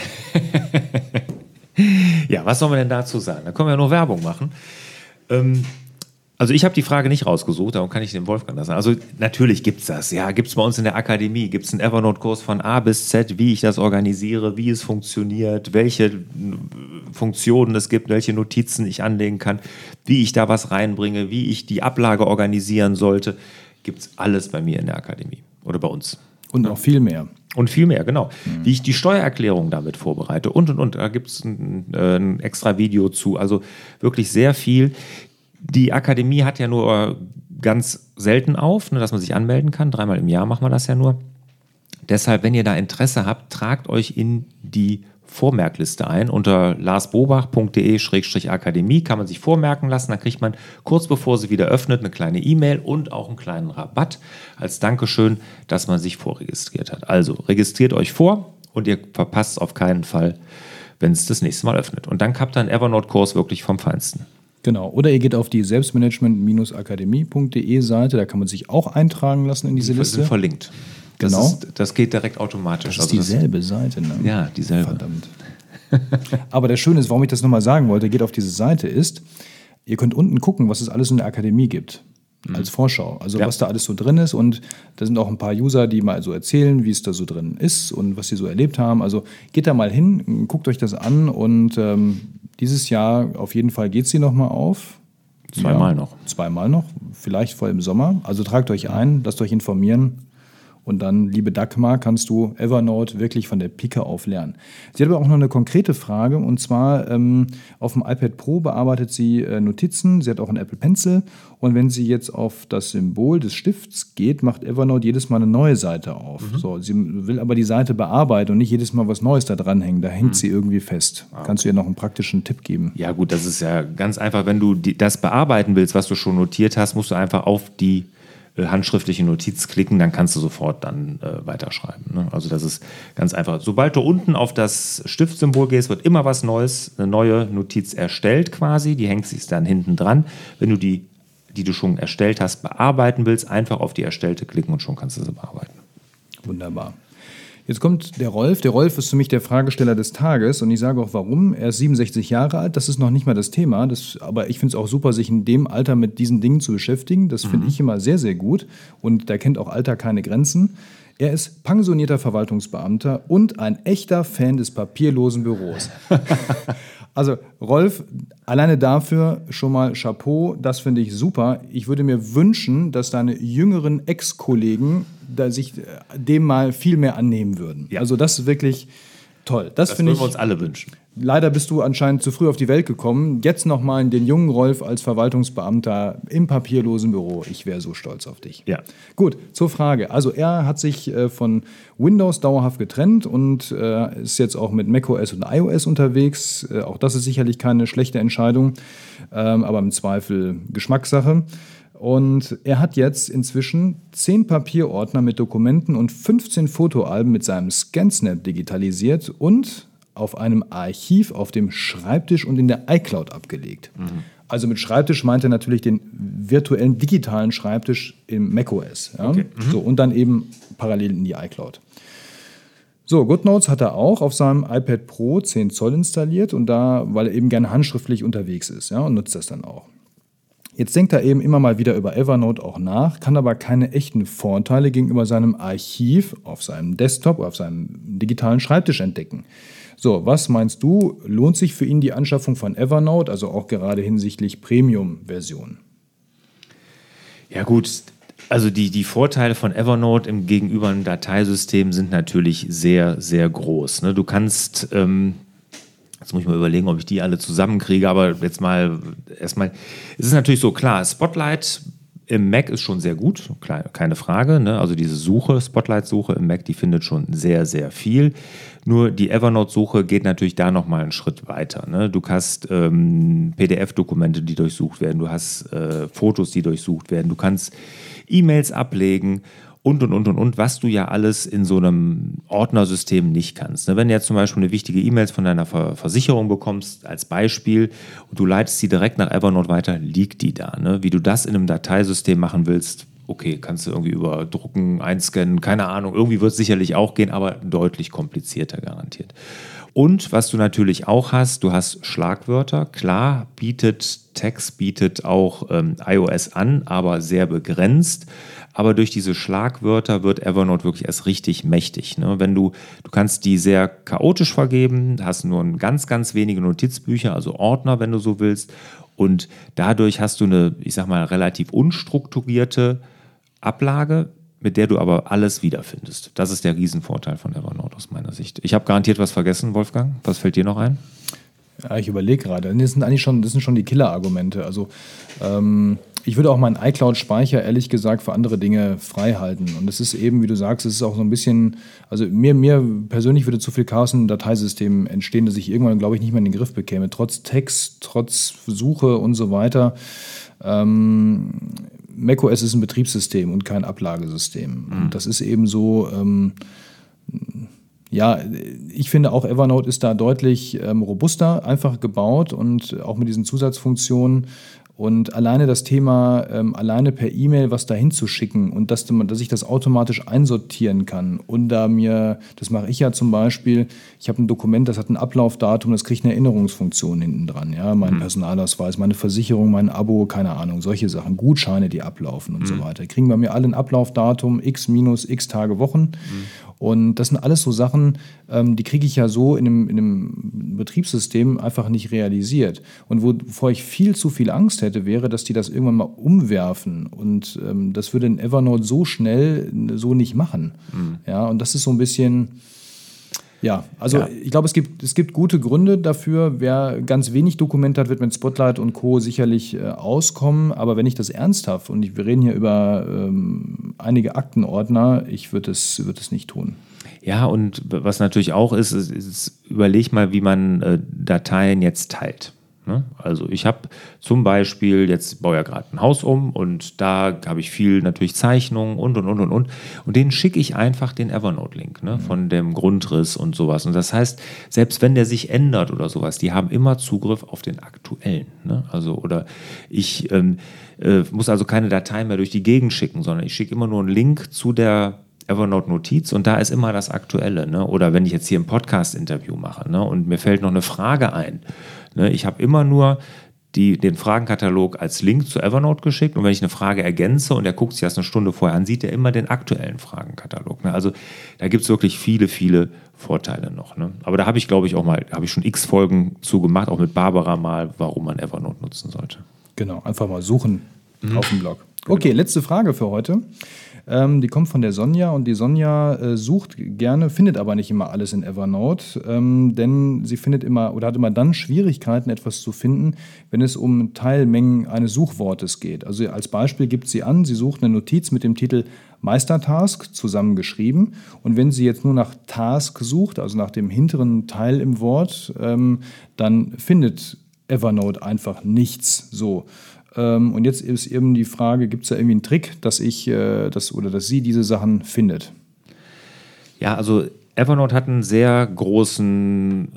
S1: Ja, was sollen wir denn dazu sagen? Da können wir ja nur Werbung machen. Ähm, Also ich habe die Frage nicht rausgesucht, darum kann ich den Wolfgang das sagen. Also natürlich gibt es das. Ja, gibt es bei uns in der Akademie, gibt es einen Evernote-Kurs von A bis Z, wie ich das organisiere, wie es funktioniert, welche Funktionen es gibt, welche Notizen ich anlegen kann, wie ich da was reinbringe, wie ich die Ablage organisieren sollte. Gibt es alles bei mir in der Akademie oder bei uns.
S2: Und noch viel mehr.
S1: Und viel mehr, genau. Mhm. Wie ich die Steuererklärung damit vorbereite und, und, und. Da gibt es ein, ein extra Video zu. Also wirklich sehr viel. Die Akademie hat ja nur ganz selten auf, ne, dass man sich anmelden kann. Dreimal im Jahr machen wir das ja nur. Deshalb, wenn ihr da Interesse habt, tragt euch in die Vormerkliste ein. Unter larsbobach punkt de Schrägstrich akademie kann man sich vormerken lassen. Dann kriegt man kurz bevor sie wieder öffnet eine kleine E-Mail und auch einen kleinen Rabatt als Dankeschön, dass man sich vorregistriert hat. Also registriert euch vor und ihr verpasst es auf keinen Fall, wenn es das nächste Mal öffnet. Und dann habt ihr einen Evernote-Kurs wirklich vom Feinsten.
S2: Genau, oder ihr geht auf die selbstmanagement akademie punkt de Seite, da kann man sich auch eintragen lassen in diese
S1: die
S2: Liste.
S1: Sind verlinkt. Das
S2: genau.
S1: Ist, das geht direkt automatisch.
S2: Das ist
S1: also
S2: dieselbe
S1: das,
S2: Seite, ne?
S1: Ja, dieselbe.
S2: Verdammt. Aber das Schöne ist, warum ich das nochmal sagen wollte, geht auf diese Seite ist, ihr könnt unten gucken, was es alles in der Akademie gibt. Mhm. Als Vorschau. Also ja. Was da alles so drin ist und da sind auch ein paar User, die mal so erzählen, wie es da so drin ist und was sie so erlebt haben. Also geht da mal hin, guckt euch das an und ähm, dieses Jahr auf jeden Fall geht sie nochmal auf.
S1: Zweimal ja, noch.
S2: Zweimal noch, vielleicht vor im Sommer. Also tragt euch ein, lasst euch informieren Und dann, liebe Dagmar, kannst du Evernote wirklich von der Pike auf lernen. Sie hat aber auch noch eine konkrete Frage, und zwar ähm, auf dem iPad Pro bearbeitet sie äh, Notizen, sie hat auch einen Apple Pencil, und wenn sie jetzt auf das Symbol des Stifts geht, macht Evernote jedes Mal eine neue Seite auf. Mhm. So, sie will aber die Seite bearbeiten und nicht jedes Mal was Neues da dranhängen, da hängt mhm. sie irgendwie fest. Ah, okay. Kannst du ihr noch einen praktischen Tipp geben?
S1: Ja gut, das ist ja ganz einfach, wenn du die, das bearbeiten willst, was du schon notiert hast, musst du einfach auf die handschriftliche Notiz klicken, dann kannst du sofort dann äh, weiterschreiben. Ne? Also das ist ganz einfach. Sobald du unten auf das Stiftsymbol gehst, wird immer was Neues, eine neue Notiz erstellt quasi, die hängt sich dann hinten dran. Wenn du die, die du schon erstellt hast, bearbeiten willst, einfach auf die erstellte klicken und schon kannst du sie bearbeiten.
S2: Wunderbar. Jetzt kommt der Rolf. Der Rolf ist für mich der Fragesteller des Tages und ich sage auch warum. Er ist siebenundsechzig Jahre alt, das ist noch nicht mal das Thema, das, aber ich finde es auch super, sich in dem Alter mit diesen Dingen zu beschäftigen. Das finde mhm. ich immer sehr, sehr gut und da kennt auch Alter keine Grenzen. Er ist pensionierter Verwaltungsbeamter und ein echter Fan des papierlosen Büros. Also Rolf, alleine dafür schon mal Chapeau, das finde ich super. Ich würde mir wünschen, dass deine jüngeren Ex-Kollegen da sich dem mal viel mehr annehmen würden. Ja. Also das ist wirklich toll. Das,
S1: das
S2: finde
S1: würden
S2: ich,
S1: wir uns alle wünschen.
S2: Leider bist du anscheinend zu früh auf die Welt gekommen. Jetzt nochmal den jungen Rolf als Verwaltungsbeamter im papierlosen Büro. Ich wäre so stolz auf dich.
S1: Ja.
S2: Gut, zur Frage. Also er hat sich äh, von Windows dauerhaft getrennt und äh, ist jetzt auch mit macOS und iOS unterwegs. Äh, auch das ist sicherlich keine schlechte Entscheidung, ähm, aber im Zweifel Geschmackssache. Und er hat jetzt inzwischen zehn Papierordner mit Dokumenten und fünfzehn Fotoalben mit seinem ScanSnap digitalisiert und auf einem Archiv auf dem Schreibtisch und in der iCloud abgelegt. Mhm. Also mit Schreibtisch meint er natürlich den virtuellen digitalen Schreibtisch im macOS. Ja? Okay. Mhm. So, und dann eben parallel in die iCloud. So, GoodNotes hat er auch auf seinem iPad Pro zehn Zoll installiert und da, weil er eben gerne handschriftlich unterwegs ist, ja, und nutzt das dann auch. Jetzt denkt er eben immer mal wieder über Evernote auch nach, kann aber keine echten Vorteile gegenüber seinem Archiv auf seinem Desktop oder auf seinem digitalen Schreibtisch entdecken. So, was meinst du, lohnt sich für ihn die Anschaffung von Evernote, also auch gerade hinsichtlich Premium-Version?
S1: Ja gut, also die, die Vorteile von Evernote im gegenüber einem Dateisystem sind natürlich sehr, sehr groß. Ne? Du kannst... Ähm Jetzt muss ich mal überlegen, ob ich die alle zusammenkriege, aber jetzt mal erstmal, es ist natürlich so, klar, Spotlight im Mac ist schon sehr gut, keine Frage, ne? Also diese Suche, Spotlight-Suche im Mac, die findet schon sehr, sehr viel. Nur die Evernote-Suche geht natürlich da nochmal einen Schritt weiter. Ne? Du hast ähm, P D F-Dokumente, die durchsucht werden, du hast äh, Fotos, die durchsucht werden, du kannst E-Mails ablegen. Und, und, und, und, und, was du ja alles in so einem Ordnersystem nicht kannst. Wenn du jetzt zum Beispiel eine wichtige E-Mail von deiner Versicherung bekommst, als Beispiel, und du leitest sie direkt nach Evernote weiter, liegt die da. Ne? Wie du das in einem Dateisystem machen willst, okay, kannst du irgendwie überdrucken, einscannen, keine Ahnung, irgendwie wird es sicherlich auch gehen, aber deutlich komplizierter garantiert. Und was du natürlich auch hast, du hast Schlagwörter. Klar, bietet Text, bietet auch ähm, iOS an, aber sehr begrenzt. Aber durch diese Schlagwörter wird Evernote wirklich erst richtig mächtig. Ne? Wenn du, du kannst die sehr chaotisch vergeben, hast nur ganz, ganz wenige Notizbücher, also Ordner, wenn du so willst. Und dadurch hast du eine, ich sag mal, relativ unstrukturierte Ablage, mit der du aber alles wiederfindest. Das ist der Riesenvorteil von Evernote aus meiner Sicht. Ich habe garantiert was vergessen, Wolfgang. Was fällt dir noch ein?
S2: Ja, ich überlege gerade. Das sind eigentlich schon, das sind schon die Killer-Argumente. Also ähm, ich würde auch meinen iCloud-Speicher ehrlich gesagt für andere Dinge frei halten. Und es ist eben, wie du sagst, es ist auch so ein bisschen, also mir, mir persönlich würde zu viel Chaos in Dateisystemen entstehen, dass ich irgendwann, glaube ich, nicht mehr in den Griff bekäme. Trotz Text, trotz Suche und so weiter. Ähm, macOS ist ein Betriebssystem und kein Ablagesystem. Mhm. Und das ist eben so, ähm, ja, ich finde auch Evernote ist da deutlich ähm, robuster, einfach gebaut und auch mit diesen Zusatzfunktionen. Und alleine das Thema, ähm, alleine per E-Mail was dahin zu schicken und dass, dass ich das automatisch einsortieren kann. Und da mir, das mache ich ja zum Beispiel, ich habe ein Dokument, das hat ein Ablaufdatum, das kriegt eine Erinnerungsfunktion hinten dran. Ja? Mein mhm. Personalausweis, meine Versicherung, mein Abo, keine Ahnung, solche Sachen, Gutscheine, die ablaufen und mhm. so weiter. Die kriegen bei mir alle ein Ablaufdatum, x minus x Tage, Wochen. Mhm. Und das sind alles so Sachen, ähm, die kriege ich ja so in einem, in einem Betriebssystem einfach nicht realisiert. Und wovor ich viel zu viel Angst hätte, wäre, dass die das irgendwann mal umwerfen. Und ähm, das würde ein Evernote so schnell so nicht machen. Mhm. Ja, und das ist so ein bisschen... Ja, also ja. ich glaube, es gibt, es gibt gute Gründe dafür. Wer ganz wenig Dokumente hat, wird mit Spotlight und Co. sicherlich äh, auskommen. Aber wenn ich das ernsthaft, und wir reden hier über ähm, einige Aktenordner, ich würde es, würd es nicht tun.
S1: Ja, und was natürlich auch ist, ist, ist überleg mal, wie man äh, Dateien jetzt teilt. Ne? Also ich habe zum Beispiel, jetzt baue ja gerade ein Haus um und da habe ich viel natürlich Zeichnungen und, und, und, und, und. Und denen schicke ich einfach den Evernote-Link, ne? Mhm. Von dem Grundriss und sowas. Und das heißt, selbst wenn der sich ändert oder sowas, die haben immer Zugriff auf den aktuellen. Ne? Also, oder ich ähm, äh, muss also keine Dateien mehr durch die Gegend schicken, sondern ich schicke immer nur einen Link zu der Evernote-Notiz und da ist immer das Aktuelle. Ne? Oder wenn ich jetzt hier ein Podcast-Interview mache, ne? Und mir fällt noch eine Frage ein. Ne? Ich habe immer nur die, den Fragenkatalog als Link zu Evernote geschickt und wenn ich eine Frage ergänze und er guckt sich das eine Stunde vorher an, sieht er immer den aktuellen Fragenkatalog. Ne? Also da gibt es wirklich viele, viele Vorteile noch. Ne? Aber da habe ich, glaube ich, auch mal, habe ich schon x Folgen zu gemacht, auch mit Barbara mal, warum man Evernote nutzen sollte.
S2: Genau, einfach mal suchen mhm. auf dem Blog. Okay, genau. Letzte Frage für heute. Ähm, die kommt von der Sonja und die Sonja äh, sucht gerne, findet aber nicht immer alles in Evernote, ähm, denn sie findet immer oder hat immer dann Schwierigkeiten, etwas zu finden, wenn es um Teilmengen eines Suchwortes geht. Also als Beispiel gibt sie an, sie sucht eine Notiz mit dem Titel Meistertask zusammengeschrieben und wenn sie jetzt nur nach Task sucht, also nach dem hinteren Teil im Wort, ähm, dann findet Evernote einfach nichts so. Und jetzt ist eben die Frage, gibt es da irgendwie einen Trick, dass ich äh, das oder dass sie diese Sachen findet?
S1: Ja, also Evernote hat einen sehr großen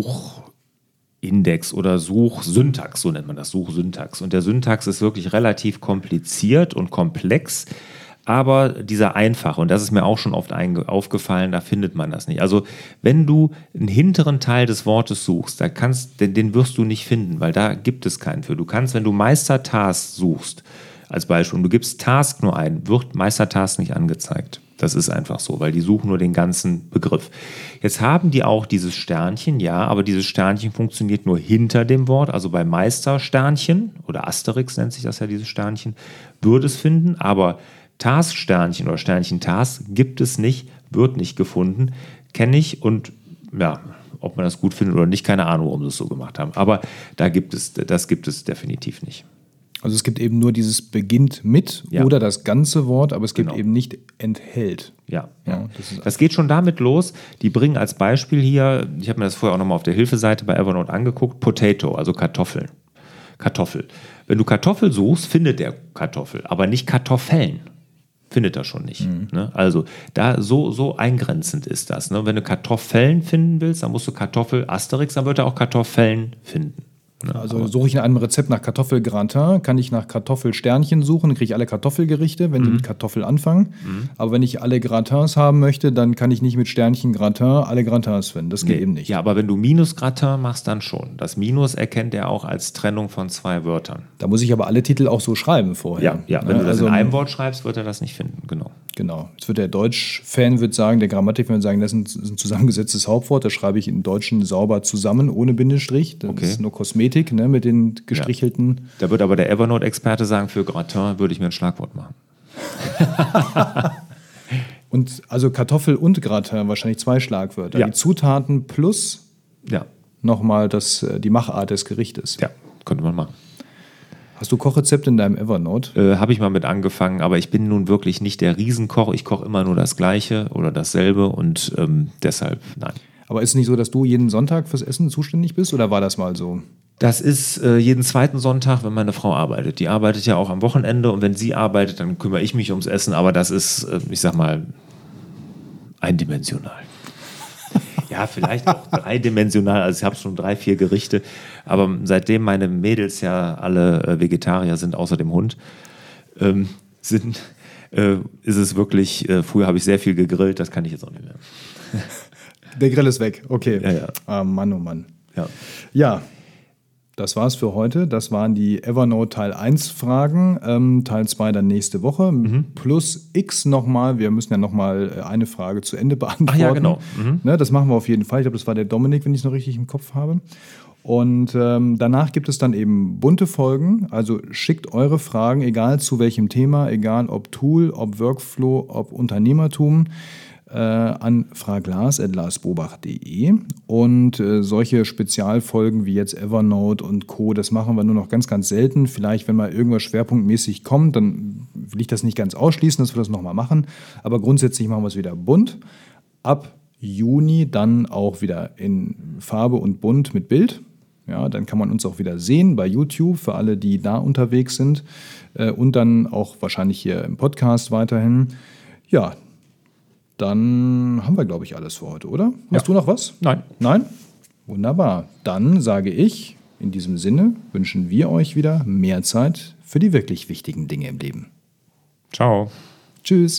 S1: Suchindex oder Suchsyntax, so nennt man das, Suchsyntax. Und der Syntax ist wirklich relativ kompliziert und komplex, aber dieser einfache, und das ist mir auch schon oft aufgefallen, da findet man das nicht. Also wenn du einen hinteren Teil des Wortes suchst, da kannst, den, den wirst du nicht finden, weil da gibt es keinen für. Du kannst, wenn du Meistertask suchst, als Beispiel, und du gibst Task nur ein, wird Meistertask nicht angezeigt. Das ist einfach so, weil die suchen nur den ganzen Begriff. Jetzt haben die auch dieses Sternchen, ja, aber dieses Sternchen funktioniert nur hinter dem Wort, also bei Meistersternchen oder Asterix nennt sich das ja, dieses Sternchen, würde es finden, aber Task-Sternchen oder Sternchen-Task gibt es nicht, wird nicht gefunden, kenne ich und ja, ob man das gut findet oder nicht, keine Ahnung, warum sie es so gemacht haben. Aber da gibt es, das gibt es definitiv nicht.
S2: Also es gibt eben nur dieses beginnt mit ja. oder das ganze Wort, aber es gibt genau. eben nicht enthält.
S1: Ja, ja. Das, ist das geht schon damit los. Die bringen als Beispiel hier, ich habe mir das vorher auch nochmal auf der Hilfeseite bei Evernote angeguckt, Potato, also Kartoffeln. Kartoffel. Wenn du Kartoffel suchst, findet der Kartoffel, aber nicht Kartoffeln. Findet er schon nicht. Mhm. Ne? Also da so, so eingrenzend ist das. Ne? Wenn du Kartoffeln finden willst, dann musst du Kartoffel Asterix, dann wird er auch Kartoffeln finden. Ne?
S2: Also aber suche ich in einem Rezept nach Kartoffelgratin, kann ich nach Kartoffelsternchen suchen, dann kriege ich alle Kartoffelgerichte, wenn mhm. die mit Kartoffel anfangen. Mhm. Aber wenn ich alle Gratins haben möchte, dann kann ich nicht mit Sternchen Gratin alle Gratins finden. Das geht nee. eben nicht.
S1: Ja, aber wenn du Minus Gratin machst, dann schon. Das Minus erkennt er auch als Trennung von zwei Wörtern.
S2: Da muss ich aber alle Titel auch so schreiben vorher.
S1: Ja, ja. Wenn ja, du das also in einem Wort schreibst, wird er das nicht finden. Genau.
S2: Genau. Jetzt wird der Deutsch-Fan wird sagen, der Grammatik-Fan wird sagen, das ist ein zusammengesetztes Hauptwort, das schreibe ich im Deutschen sauber zusammen, ohne Bindestrich. Das okay. ist nur Kosmetik, ne, mit den gestrichelten.
S1: Ja. Da wird aber der Evernote-Experte sagen, für Gratin würde ich mir ein Schlagwort machen.
S2: Und also Kartoffel und Gratin, wahrscheinlich zwei Schlagwörter. Ja. Die Zutaten plus
S1: ja.
S2: nochmal das, die Machart des Gerichtes.
S1: Ja, könnte man machen.
S2: Hast du Kochrezepte in deinem Evernote?
S1: Äh, Habe ich mal mit angefangen, aber ich bin nun wirklich nicht der Riesenkoch. Ich koche immer nur das Gleiche oder dasselbe und ähm, deshalb nein.
S2: Aber ist es nicht so, dass du jeden Sonntag fürs Essen zuständig bist oder war das mal so?
S1: Das ist äh, jeden zweiten Sonntag, wenn meine Frau arbeitet. Die arbeitet ja auch am Wochenende und wenn sie arbeitet, dann kümmere ich mich ums Essen, aber das ist, äh, ich sag mal, eindimensional. Ja, vielleicht auch dreidimensional, also ich habe schon drei, vier Gerichte, aber seitdem meine Mädels ja alle äh, Vegetarier sind, außer dem Hund, ähm, sind, äh, ist es wirklich, äh, früher habe ich sehr viel gegrillt, das kann ich jetzt auch nicht mehr.
S2: Der Grill ist weg, okay.
S1: Ja, ja.
S2: Ah, Mann, oh Mann.
S1: Ja.
S2: Ja, Das war's für heute. Das waren die Evernote Teil eins Fragen. Ähm, Teil zwei dann nächste Woche. Mhm. Plus X nochmal. Wir müssen ja nochmal eine Frage zu Ende beantworten.
S1: Ach ja, genau. Mhm.
S2: Ne, das machen wir auf jeden Fall. Ich glaube, das war der Dominik, wenn ich es noch richtig im Kopf habe. Und ähm, danach gibt es dann eben bunte Folgen. Also schickt eure Fragen, egal zu welchem Thema, egal ob Tool, ob Workflow, ob Unternehmertum, äh, an fraglas at larsbobach punkt de. Und äh, solche Spezialfolgen wie jetzt Evernote und Co., das machen wir nur noch ganz, ganz selten. Vielleicht, wenn mal irgendwas schwerpunktmäßig kommt, dann will ich das nicht ganz ausschließen, dass wir das nochmal machen. Aber grundsätzlich machen wir es wieder bunt. Ab Juni dann auch wieder in Farbe und bunt mit Bild. Ja, dann kann man uns auch wieder sehen bei YouTube, für alle, die da unterwegs sind. Äh, und dann auch wahrscheinlich hier im Podcast weiterhin. Ja, dann haben wir, glaube ich, alles für heute, oder? Hast ja. du noch was?
S1: Nein.
S2: Nein? Wunderbar. Dann sage ich, in diesem Sinne wünschen wir euch wieder mehr Zeit für die wirklich wichtigen Dinge im Leben.
S1: Ciao.
S2: Tschüss.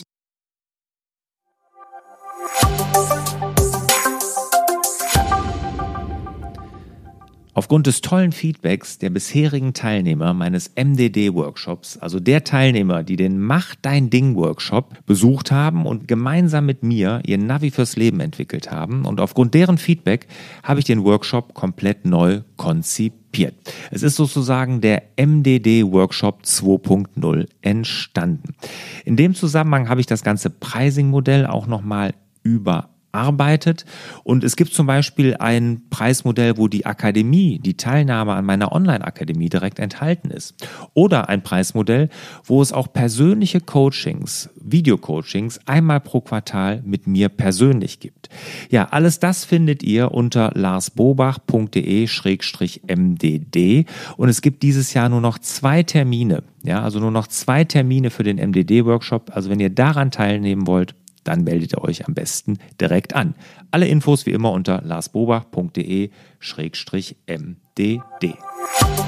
S1: Aufgrund des tollen Feedbacks der bisherigen Teilnehmer meines M D D-Workshops, also der Teilnehmer, die den Mach dein Ding-Workshop besucht haben und gemeinsam mit mir ihr Navi fürs Leben entwickelt haben, und aufgrund deren Feedback habe ich den Workshop komplett neu konzipiert. Es ist sozusagen der M D D-Workshop zwei Punkt null entstanden. In dem Zusammenhang habe ich das ganze Pricing-Modell auch nochmal überarbeitet. arbeitet. Und es gibt zum Beispiel ein Preismodell, wo die Akademie, die Teilnahme an meiner Online-Akademie direkt enthalten ist. Oder ein Preismodell, wo es auch persönliche Coachings, Videocoachings einmal pro Quartal mit mir persönlich gibt. Ja, alles das findet ihr unter larsbobach punkt de slash m d d, und es gibt dieses Jahr nur noch zwei Termine, ja, also nur noch zwei Termine für den M D D-Workshop. Also wenn ihr daran teilnehmen wollt, dann meldet ihr euch am besten direkt an. Alle Infos wie immer unter larsbobach punkt de slash m d d.